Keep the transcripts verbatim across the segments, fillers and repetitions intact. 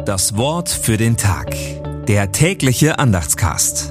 Das Wort für den Tag. Der tägliche Andachtscast.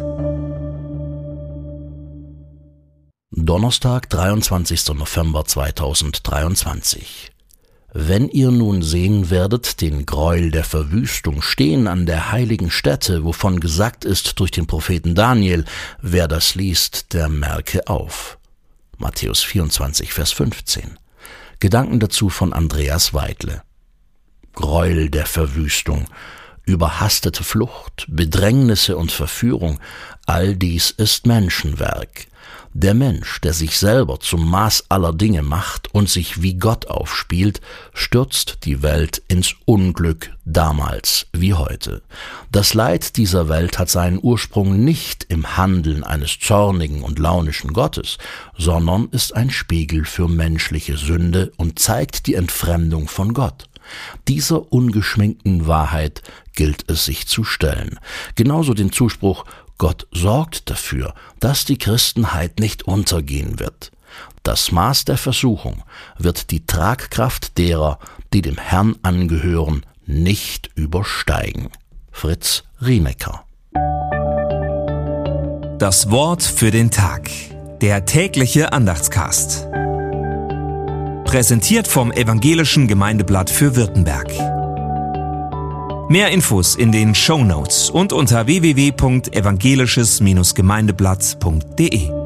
Donnerstag, dreiundzwanzigster November zweitausenddreiundzwanzig. Wenn ihr nun sehen werdet den Gräuel der Verwüstung stehen an der heiligen Stätte, wovon gesagt ist durch den Propheten Daniel, wer das liest, der merke auf. Matthäus vierundzwanzig, Vers fünfzehn. Gedanken dazu von Andreas Weidle. Gräuel der Verwüstung, überhastete Flucht, Bedrängnisse und Verführung, all dies ist Menschenwerk. Der Mensch, der sich selber zum Maß aller Dinge macht und sich wie Gott aufspielt, stürzt die Welt ins Unglück, damals wie heute. Das Leid dieser Welt hat seinen Ursprung nicht im Handeln eines zornigen und launischen Gottes, sondern ist ein Spiegel für menschliche Sünde und zeigt die Entfremdung von Gott. Dieser ungeschminkten Wahrheit gilt es sich zu stellen. Genauso den Zuspruch, Gott sorgt dafür, dass die Christenheit nicht untergehen wird. Das Maß der Versuchung wird die Tragkraft derer, die dem Herrn angehören, nicht übersteigen. Fritz Rienecker. Das Wort für den Tag. Der tägliche Andachtscast. Präsentiert vom Evangelischen Gemeindeblatt für Württemberg. Mehr Infos in den Shownotes und unter w w w punkt evangelisches Bindestrich gemeindeblatt punkt de.